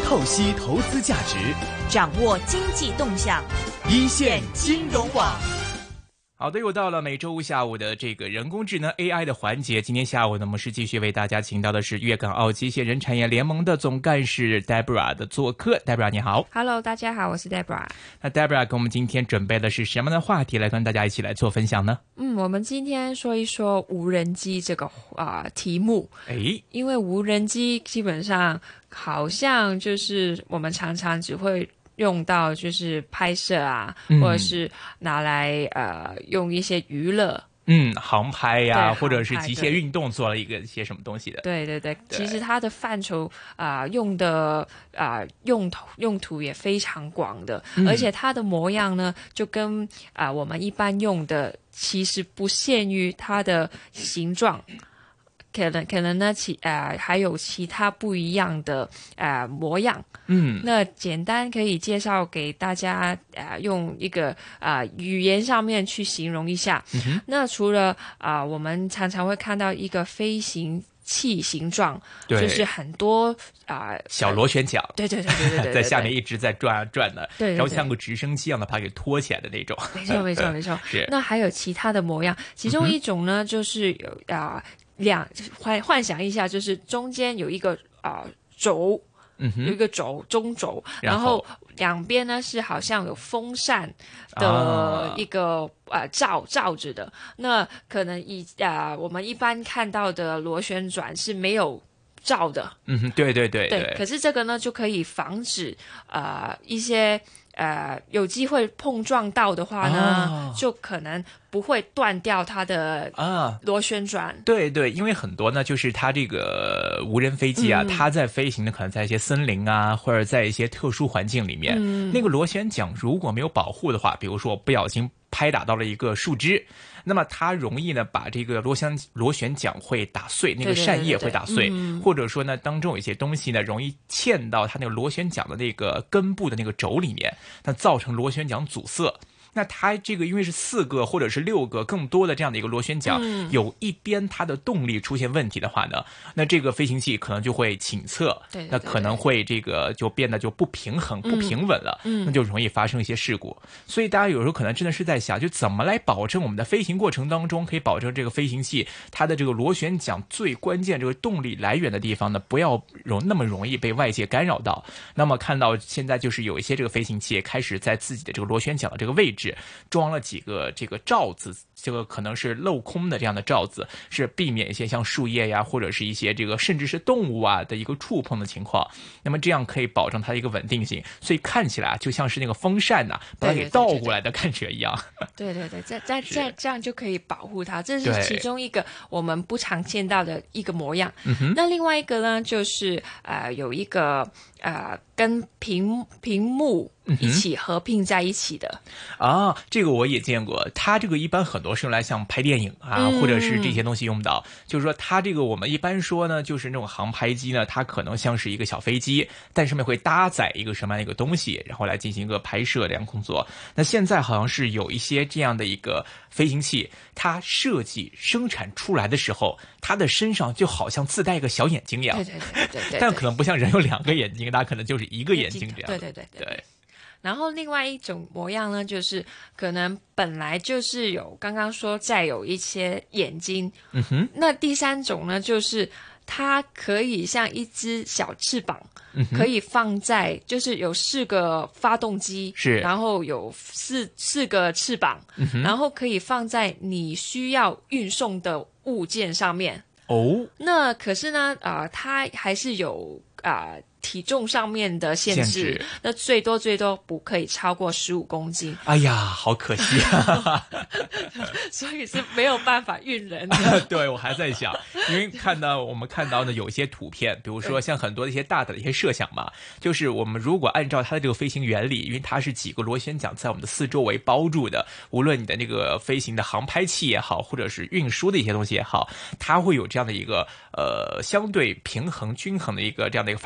透析投资价值， 掌握经济动向， 一线金融网。 好的，又到了每周五下午的这个人工智能 AI 的环节。今天下午呢，我们是继续为大家请到的是粤港澳机械人产业联盟的总干事 Deborah 的做客。Deborah 你好。 Hello， 大家好，我是 Deborah。 那 Deborah 跟我们今天准备的是什么样的话题来跟大家一起来做分享呢？ 我们今天说一说无人机这个题目。因为无人机基本上好像就是我们常常只会用到就是拍摄啊，或者是拿来用一些娱乐， 航拍呀，或者是航拍极限运动做了一些什么东西的。 对对对，其实它的范畴用的用途也非常广的，而且它的模样呢，就跟我们一般用的其实不限于它的形状。可能呢，还有其他不一样的模样。那简单可以介绍给大家用一个语言上面去形容一下。那除了我们常常会看到一个飞行器形状，就是很多小螺旋桨， 对， 在下面一直在转啊转的， 对， 然后像个直升机一样的把它给拖起来的那种。 没错。 是。 那还有其他的模样，其中一种呢，就是有幻想一下，就是中间有一个轴，有一个中轴，然后两边呢是好像有风扇的一个罩着的。那可能我们一般看到的螺旋桨是没有罩的。对。可是这个呢就可以防止一些有机会碰撞到的话呢，就可能不会断掉它的螺旋桨。 对，因为很多呢，就是它这个无人飞机啊，它在飞行的可能在一些森林啊，或者在一些特殊环境里面，那个螺旋桨如果没有保护的话，比如说不小心拍打到了一个树枝，那么它容易呢把这个螺旋桨会打碎，那个扇叶会打碎，或者说呢当中有一些东西呢容易嵌到它那个螺旋桨的那个根部的那个轴里面，那造成螺旋桨阻塞。那它这个因为是4个或者是6个更多的这样的一个螺旋桨，有一边它的动力出现问题的话呢，那这个飞行器可能就会倾侧，那可能会这个就变得就不平衡不平稳了，那就容易发生一些事故。所以大家有时候可能真的是在想，就怎么来保证我们的飞行过程当中可以保证这个飞行器它的这个螺旋桨最关键这个动力来源的地方呢，不要那么容易被外界干扰到。那么看到现在就是有一些这个飞行器开始在自己的这个螺旋桨的这个位置装了几个这个罩子，这个可能是镂空的这样的罩子，是避免一些像树叶呀，或者是一些这个甚至是动物啊的一个触碰的情况。那么这样可以保证它的一个稳定性，所以看起来就像是那个风扇呐，把它给倒过来的感觉一样。 对，这样就可以保护它，这是其中一个我们不常见到的一个模样。那另外一个呢，就是有一个跟屏幕一起合并在一起的这个我也见过。它这个一般很多是用来像拍电影啊，或者是这些东西用到。就是说它这个我们一般说呢，就是那种航拍机呢，它可能像是一个小飞机，但上面会搭载一个什么样的一个东西，然后来进行一个拍摄这样工作。那现在好像是有一些这样的一个飞行器，它设计生产出来的时候，它的身上就好像自带一个小眼睛一样。对，但可能不像人有2个眼睛，它可能就是1个眼睛这样。对。 然后另外一种模样呢，就是可能本来就是有刚刚说再有一些眼睛。那第三种呢，就是它可以像一只小翅膀，可以放在就是有4个发动机， 是， 然后有四个翅膀，然后可以放在你需要运送的物件上面。那可是呢它还是有体重上面的限制，那最多不可以超过15公斤。 哎呀，好可惜啊！ 所以是没有办法运人对，我还在想，因为我们看到呢有一些图片，比如说像很多的一些大的一些设想嘛，就是我们如果按照它的这个飞行原理，因为它是几个螺旋桨在我们的四周围包住的，无论你的那个飞行的航拍器也好，或者是运输的一些东西也好，它会有这样的一个相对平衡均衡的一个这样的一个发动机的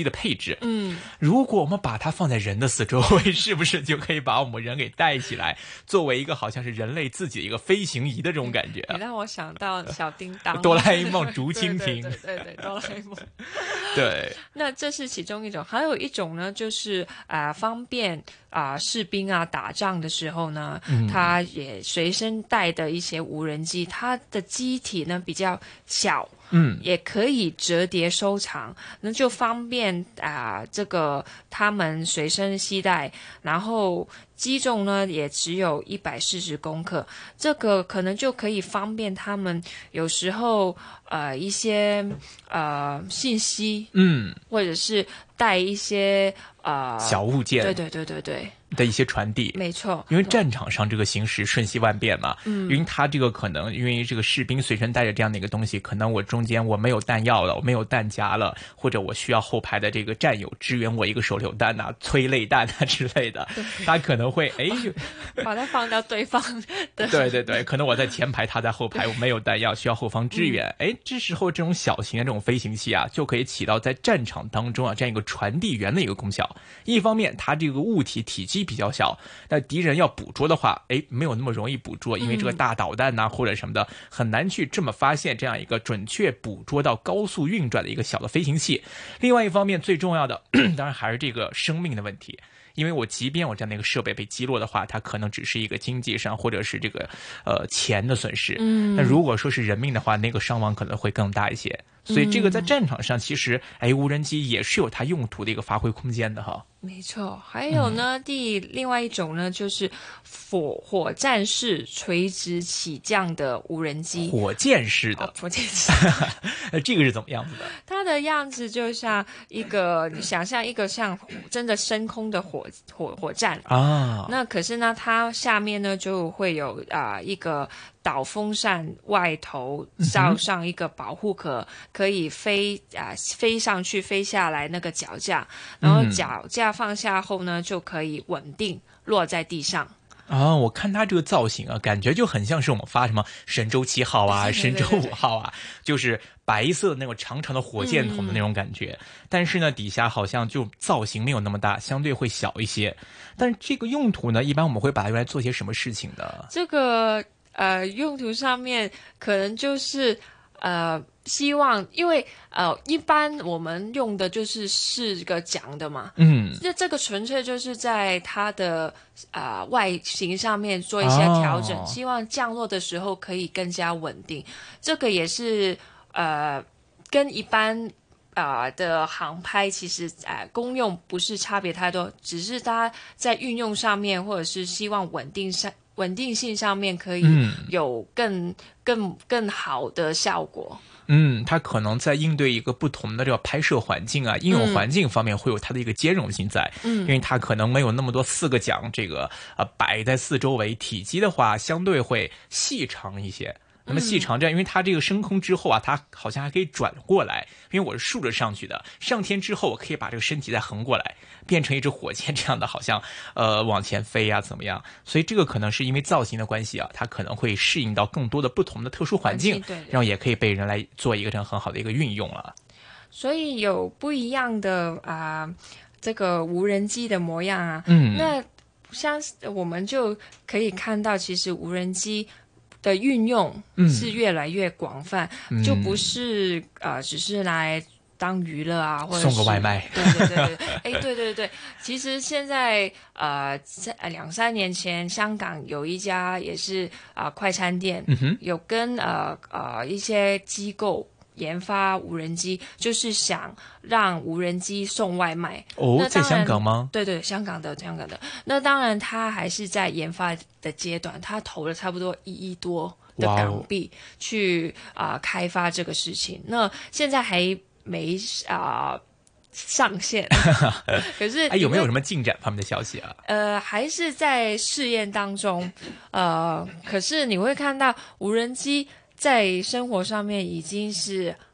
的配置。如果我们把它放在人的四周围，是不是就可以把我们人给带起来，作为一个好像是人类自己的一个飞行仪的这种感觉？ 你让我想到小叮当、 哆啦 A 梦、竹蜻蜓， 对，哆啦 A 梦。 对， 那这是其中一种，还有一种呢，就是方便士兵打仗的时候呢，他也随身带的一些无人机，它的机体呢比较小。也可以折叠收藏，那就方便这个他们随身携带，然后机重呢也只有140公克，这个可能就可以方便他们有时候一些信息，或者是带一些小物件， 对的一些传递， 没错， 因为战场上这个形势瞬息万变嘛，因为他这个可能因为这个士兵随身带着这样的一个东西，可能我中间我没有弹药了，我没有弹夹了，或者我需要后排的这个战友支援我一个手榴弹催泪弹之类的，他可能会把它放到对方的， 对，可能我在前排，他在后排，我没有弹药，需要后方支援，这时候这种小型的这种飞行器就可以起到在战场当中这样一个传递员的一个功效。一方面，它这个物体体积比较小，那敌人要捕捉的话，没有那么容易捕捉，因为这个大导弹或者什么的很难去这么发现这样一个准确捕捉到高速运转的一个小的飞行器。另外一方面，最重要的当然还是这个生命的问题。因为我即便我这样的一个设备被击落的话，它可能只是一个经济上或者是这个钱的损失。那如果说是人命的话，那个伤亡可能会更大一些。所以这个在战场上，其实无人机也是有它用途的一个发挥空间的哈。 没错，还有呢，另外一种呢，就是火箭式垂直起降的无人机。 火箭式的， 火箭式， 这个是怎么样子的？ 它的样子就像一个，你想象一个像真的升空的火箭啊。那可是呢，它下面呢就会有一个导风扇外头罩上一个保护壳，可以飞上去飞下来那个脚架，然后脚架放下后呢，就可以稳定落在地上。 我看它这个造型感觉就很像是我们发什么神舟7号神舟5号就是白色的那种长长的火箭筒的那种感觉。但是呢，底下好像就造型没有那么大，相对会小一些。但是这个用途呢，一般我们会把它用来做些什么事情呢？ 这个用途上面可能就是希望，因为一般我们用的是个桨的嘛，这个纯粹就是在它的外形上面做一些调整，希望降落的时候可以更加稳定。这个也是跟一般的航拍其实功用不是差别太多，只是它在运用上面或者是希望稳定性上面可以有更好的效果。 它可能在应对一个不同的这个拍摄环境应用环境方面会有它的一个兼容性在。因为它可能没有那么多4个桨这个摆在四周围，体积的话相对会细长一些。那么细长这样，因为它这个升空之后它好像还可以转过来，因为我是竖着上去的，上天之后我可以把这个身体再横过来，变成一只火箭这样的，好像往前飞怎么样？所以这个可能是因为造型的关系它可能会适应到更多的不同的特殊环境，然后也可以被人来做一个这样很好的一个运用了。 所以有不一样的这个无人机的模样那像我们就可以看到，其实无人机的运用是越来越广泛，就不是只是来当娱乐或者送个外卖。 对，其实现在在2-3年前，香港有一家也是快餐店，有跟一些机构研发无人机，就是想让无人机送外卖。 在香港吗？ 对，香港的。那当然，他还是在研发的阶段，他投了差不多1亿多的港币去开发这个事情。那现在还没上线，可是有没有什么进展方面的消息还是在试验当中。可是你会看到无人机在生活上面已经是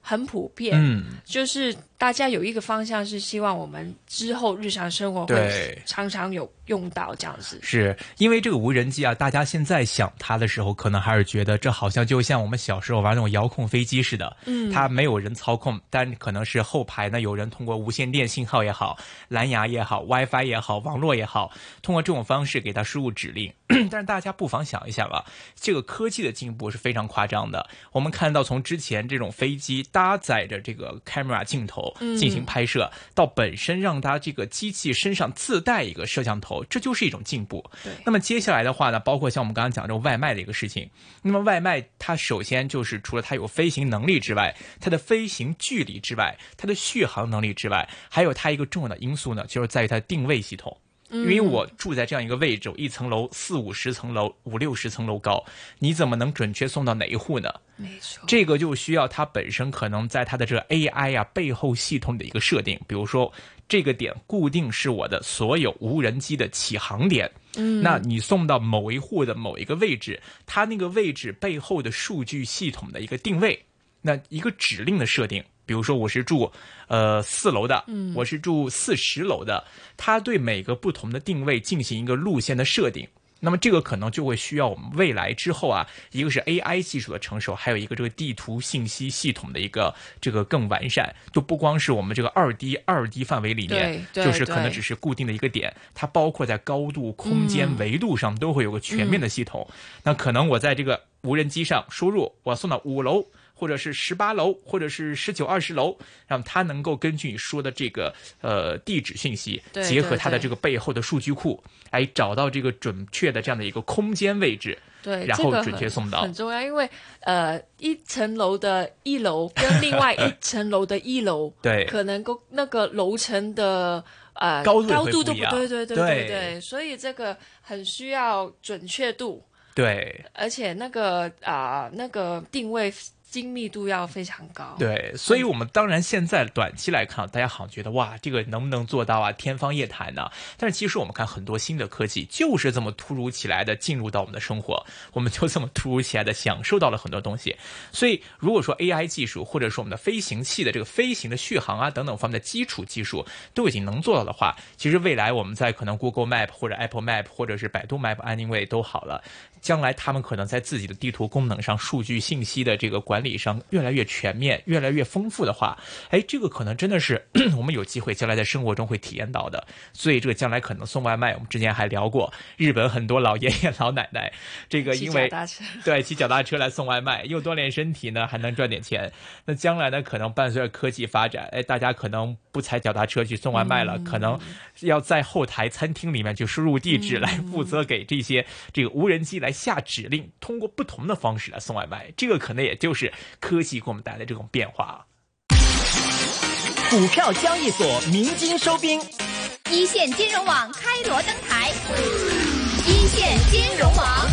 很普遍，就是大家有一个方向是希望我们之后日常生活会常常有用到这样子。 是因为这个无人机啊，大家现在想它的时候，可能还是觉得这好像就像我们小时候玩那种遥控飞机似的，它没有人操控，但可能是后排呢有人通过无线电信号也好，蓝牙也好， WiFi 也好，网络也好，通过这种方式给它输入指令。但是大家不妨想一想啊，这个科技的进步是非常夸张的。我们看到从之前这种飞机搭载着这个 camera 镜头进行拍摄，到本身让它这个机器身上自带一个摄像头，这就是一种进步。那么接下来的话呢，包括像我们刚刚讲这种外卖的一个事情，那么外卖它首先就是除了它有飞行能力之外，它的飞行距离之外，它的续航能力之外，还有它一个重要的因素呢，就是在于它的定位系统。因为我住在这样一个位置，一层楼40-50层楼50-60层楼高，你怎么能准确送到哪一户呢？ 没错， 这个就需要它本身可能在它的这个 AI 啊背后系统的一个设定，比如说这个点固定是我的所有无人机的起航点，那你送到某一户的某一个位置，它那个位置背后的数据系统的一个定位，那一个指令的设定。比如说我是住4楼的，我是住40楼的，它对每个不同的定位进行一个路线的设定。那么这个可能就会需要我们未来之后啊，一个是 AI 技术的成熟，还有一个这个地图信息系统的一个这个更完善，就不光是我们这个2D 范围里面，就是可能只是固定的一个点，它包括在高度、空间、维度上都会有个全面的系统。那可能我在这个无人机上输入，我要送到5楼。或者是18楼，或者是19、20楼，让它能够根据你说的这个地址信息，结合它的这个背后的数据库，来找到这个准确的这样的一个空间位置， 对， 然后准确送到。 很重要，因为一层楼的1楼跟另外一层楼的1楼， 对， 可能那个楼层的高度都不不一样， 对，所以这个很需要准确度， 对， 而且那个定位精密度要非常高。 对，所以我们当然现在短期来看，大家好像觉得哇，这个能不能做到啊？天方夜谭呢？但是其实我们看很多新的科技，就是这么突如其来的进入到我们的生活，我们就这么突如其来的享受到了很多东西。所以如果说 AI 技术，或者说我们的飞行器的这个飞行的续航啊等等方面的基础技术都已经能做到的话，其实未来我们在可能 Google Map 或者 Apple Map 或者是百度 Map Anyway 都好了，将来他们可能在自己的地图功能上、数据信息的这个管理上越来越全面、越来越丰富的话，这个可能真的是我们有机会将来在生活中会体验到的。所以这个将来可能送外卖，我们之前还聊过，日本很多老爷爷老奶奶，这个因为骑脚踏车来送外卖，又锻炼身体呢，还能赚点钱。那将来呢，可能伴随着科技发展，大家可能不踩脚踏车去送外卖了，可能要在后台餐厅里面去输入地址来负责给这些这个无人机来下指令，通过不同的方式来送外卖。这个可能也就是科技给我们带来的这种变化。 股票交易所鸣金收兵， 一线金融网开锣登台，一线金融网。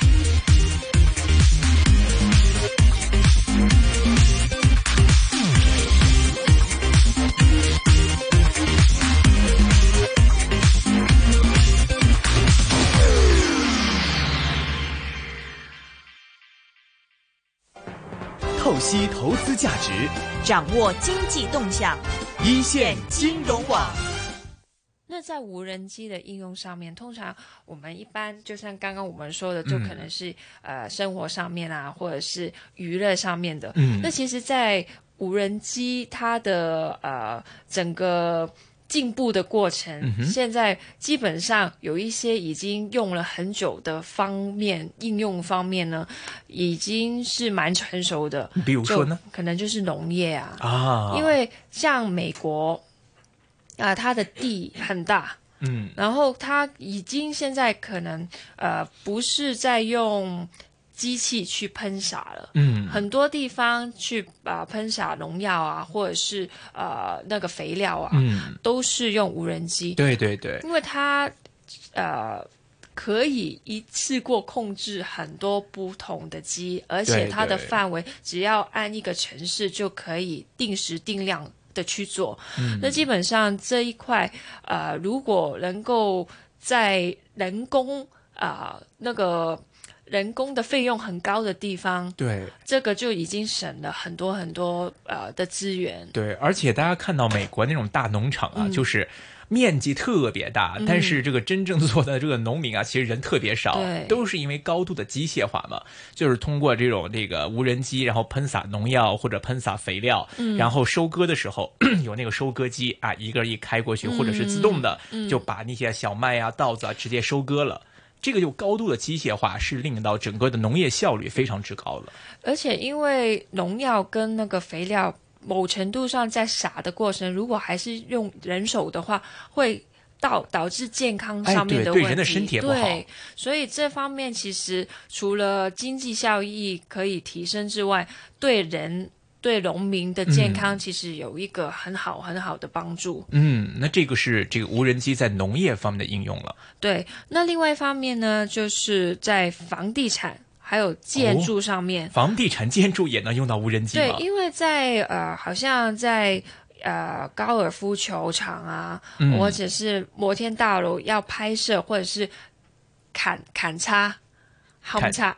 透析投资价值， 掌握经济动向， 一线金融网。 那在无人机的应用上面，通常我们一般就像刚刚我们说的，就可能是生活上面啊，或者是娱乐上面的。那其实，在无人机它的整个进步的过程，现在基本上有一些已经用了很久的应用方面呢，已经是蛮成熟的。 比如说呢， 可能就是农业啊，因为像美国它的地很大，然后它已经现在可能不是在用机器去喷洒了，很多地方去喷洒农药啊，或者是那个肥料啊，都是用无人机。 对对对， 因为它可以一次过控制很多不同的机，而且它的范围只要按一个程式就可以定时定量的去做。那基本上这一块如果能够在人工那个人工的费用很高的地方， 对， 这个就已经省了很多很多的资源。 对，而且大家看到美国那种大农场啊，就是面积特别大，但是这个真正做的这个农民啊，其实人特别少，都是因为高度的机械化嘛，就是通过这个无人机，然后喷洒农药或者喷洒肥料，然后收割的时候有那个收割机啊，一个一开过去，或者是自动的就把那些小麦啊、稻子啊直接收割了。这个就高度的机械化是令到整个的农业效率非常之高了。 而且因为农药跟那个肥料某程度上在撒的过程，如果还是用人手的话，会导致健康上面的问题， 对人的身体也不好。 对，所以这方面其实除了经济效益可以提升之外，对农民的健康其实有一个很好的帮助。 那这个是这个无人机在农业方面的应用了。 对，那另外一方面呢，就是在房地产还有建筑上面， 房地产建筑也能用到无人机吗？ 对，因为在好像在高尔夫球场啊，或者是摩天大楼要拍摄或者是砍叉。勘察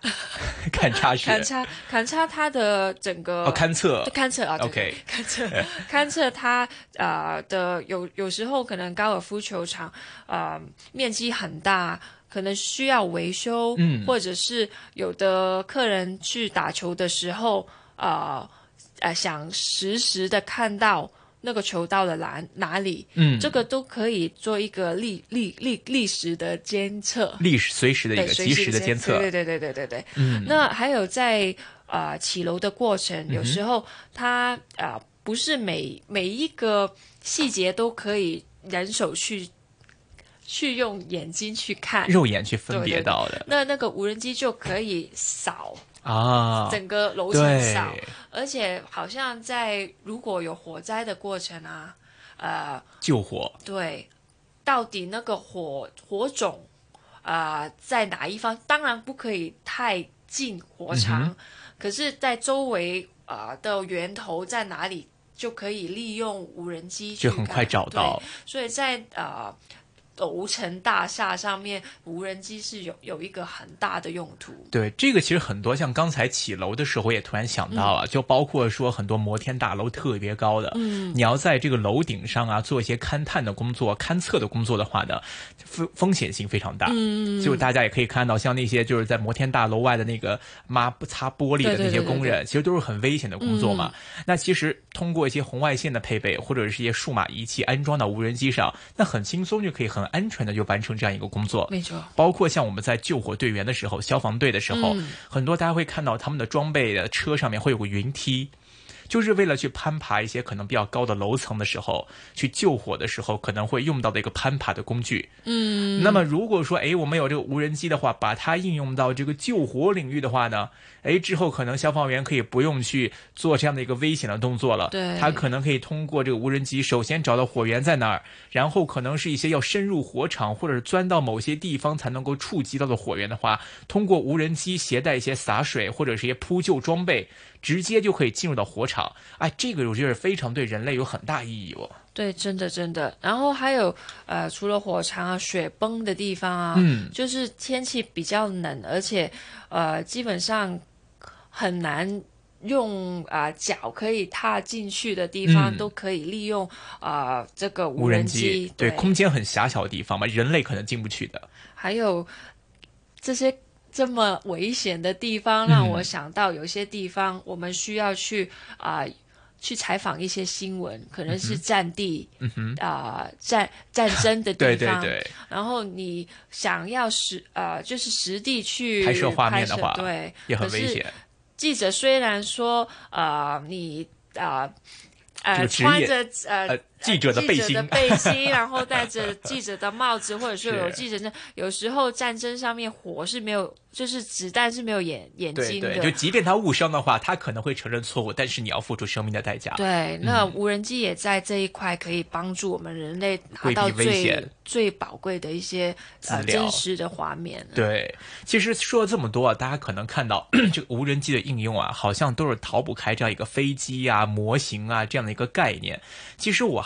它的整个勘测啊 ，OK， 勘测它的有时候可能高尔夫球场面积很大，可能需要维修，或者是有的客人去打球的时候想实时的看到那个球到了哪里，这个都可以做一个历时的监测， 随时的一个及时的监测， 对。那还有在起楼的过程，有时候它不是每一个细节都可以人手去用眼睛去看， 肉眼去分别到的。 那个无人机就可以扫。整个楼层扫，而且好像在如果有火灾的过程啊， 救火， 对，到底那个火种在哪一方？当然不可以太近火场，可是在周围的源头在哪里，就可以利用无人机去就很快找到。 所以在楼层大厦上面，无人机是有一个很大的用途。 对，这个其实很多像刚才起楼的时候，我也突然想到啊，就包括说很多摩天大楼特别高的，你要在这个楼顶上啊做一些勘探的工作、勘测的工作的话呢，风险性非常大。就大家也可以看到，像那些就是在摩天大楼外的那个擦玻璃的那些工人，其实都是很危险的工作嘛。那其实通过一些红外线的配备，或者是一些数码仪器安装到无人机上，那很轻松就可以很安全的就完成这样一个工作。 没错， 包括像我们在救火队员的时候，消防队的时候，很多大家会看到他们的装备的车上面会有个云梯，就是为了去攀爬一些可能比较高的楼层的时候，去救火的时候可能会用到的一个攀爬的工具。那么如果说我们有这个无人机的话，把它应用到这个救火领域的话呢，之后可能消防员可以不用去做这样的一个危险的动作了。 对， 他可能可以通过这个无人机，首先找到火源在哪儿，然后可能是一些要深入火场或者钻到某些地方才能够触及到的火源的话，通过无人机携带一些洒水或者是一些扑救装备，直接就可以进入到火场。这个我觉得非常对人类有很大意义哦。 对，真的。然后还有除了火场啊、雪崩的地方啊，就是天气比较冷，而且基本上很难用脚可以踏进去的地方，都可以利用这个无人机。 对，空间很狭小的地方嘛，人类可能进不去的。 还有这些这么危险的地方，让我想到有些地方我们需要去采访一些新闻，可能是战地，战争的地方， 对。 然后你想要就是实地去拍摄画面的话， 对， 也很危险。 记者虽然说你穿着记者的背心， 然后戴着记者的帽子，或者是有记者证，有时候战争上面火是没有，就是子弹是没有眼睛的。 对，就即便他误伤的话，他可能会承认错误，但是你要付出生命的代价。 对，那无人机也在这一块可以帮助我们人类拿到最宝贵的一些真实的画面。 对，其实说了这么多大家可能看到这个无人机的应用好像都是逃不开这样一个飞机模型这样的一个概念。其实我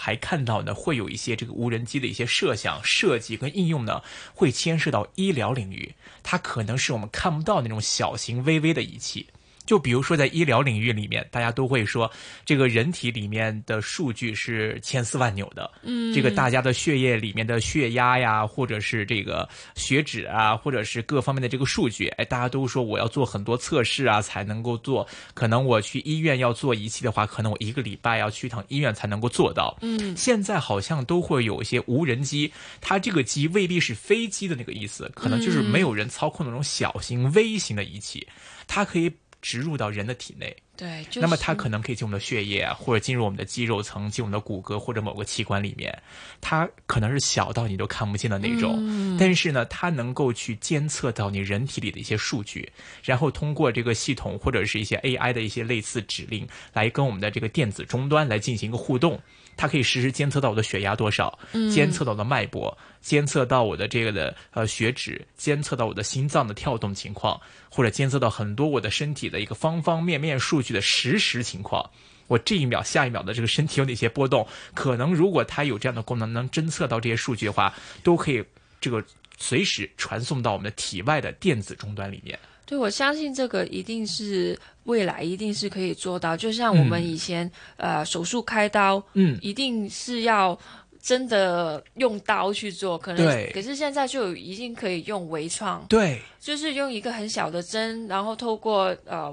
还看到呢，会有一些这个无人机的一些设想、设计跟应用呢，会牵涉到医疗领域，它可能是我们看不到那种小型微微的仪器。就比如说在医疗领域里面，大家都会说这个人体里面的数据是千丝万缕的，这个大家的血液里面的血压呀，或者是这个血脂啊，或者是各方面的这个数据，大家都说我要做很多测试啊才能够做，可能我去医院要做仪器的话，可能我1个礼拜要去一趟医院才能够做到。现在好像都会有一些无人机，它这个机未必是飞机的那个意思，可能就是没有人操控的那种小型微型的仪器，它可以植入到人的体内， 对，就是， 那么它可能可以进入我们的血液啊，或者进入我们的肌肉层，进入我们的骨骼或者某个器官里面。它可能是小到你都看不见的那种，但是呢，它能够去监测到你人体里的一些数据，然后通过这个系统或者是一些 AI 的一些类似指令，来跟我们的这个电子终端来进行一个互动。它可以实时监测到我的血压多少，监测到我的脉搏，监测到我的这个的血脂，监测到我的心脏的跳动情况，或者监测到很多我的身体的一个方方面面数据的实时情况。我这一秒下一秒的这个身体有哪些波动，可能如果它有这样的功能，能侦测到这些数据的话，都可以这个随时传送到我们的体外的电子终端里面。 对，我相信这个一定是未来一定是可以做到，就像我们以前手术开刀，一定是要真的用刀去做，可是现在就已经可以用微创， 对， 就是用一个很小的针，然后透过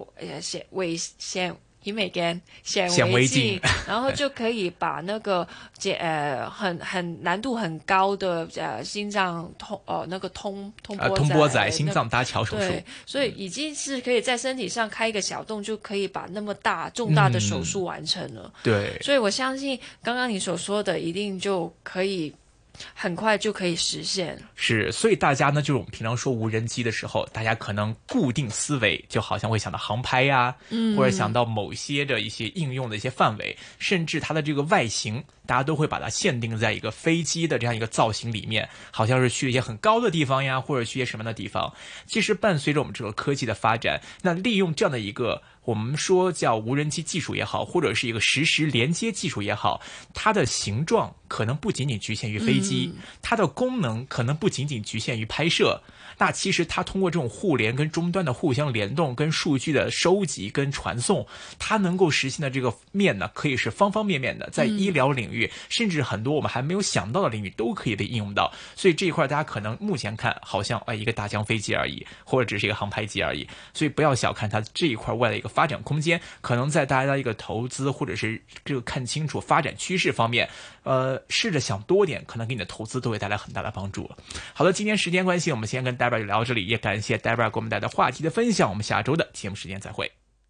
显微镜，然后就可以把那个很难度很高的心脏通波仔心脏搭桥手术， 对，所以已经是可以在身体上开一个小洞，就可以把那么重大的手术完成了。 对， 所以我相信刚刚你所说的一定就可以很快就可以实现。 是，所以大家呢，就是我们平常说无人机的时候，大家可能固定思维就好像会想到航拍呀，或者想到某些的一些应用的一些范围，甚至它的这个外形，大家都会把它限定在一个飞机的这样一个造型里面，好像是去一些很高的地方呀，或者去一些什么样的地方。其实伴随着我们这个科技的发展，那利用这样的一个我们说叫无人机技术也好，或者是一个实时连接技术也好，它的形状可能不仅仅局限于飞机，它的功能可能不仅仅局限于拍摄。那其实它通过这种互联跟终端的互相联动，跟数据的收集跟传送，它能够实现的这个面呢，可以是方方面面的，在医疗领域，甚至很多我们还没有想到的领域都可以被应用到。所以这一块大家可能目前看好像一个大疆飞机而已，或者只是一个航拍机而已，所以不要小看它这一块未来一个发展空间，可能在大家的一个投资或者是这个看清楚发展趋势方面，试着想多点，可能给你的投资都会带来很大的帮助。好的，今天时间关系，我们先跟Debra 聊到这里，也感谢 Debra 给我们带来的话题的分享，我们下周的节目时间再会。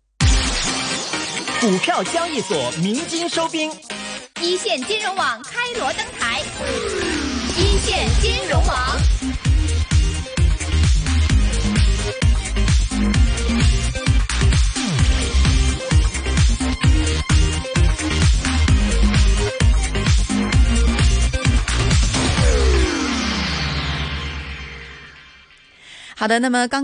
股票交易所鸣金收兵， 一线金融网开锣登台，一线金融网。 好的，那么刚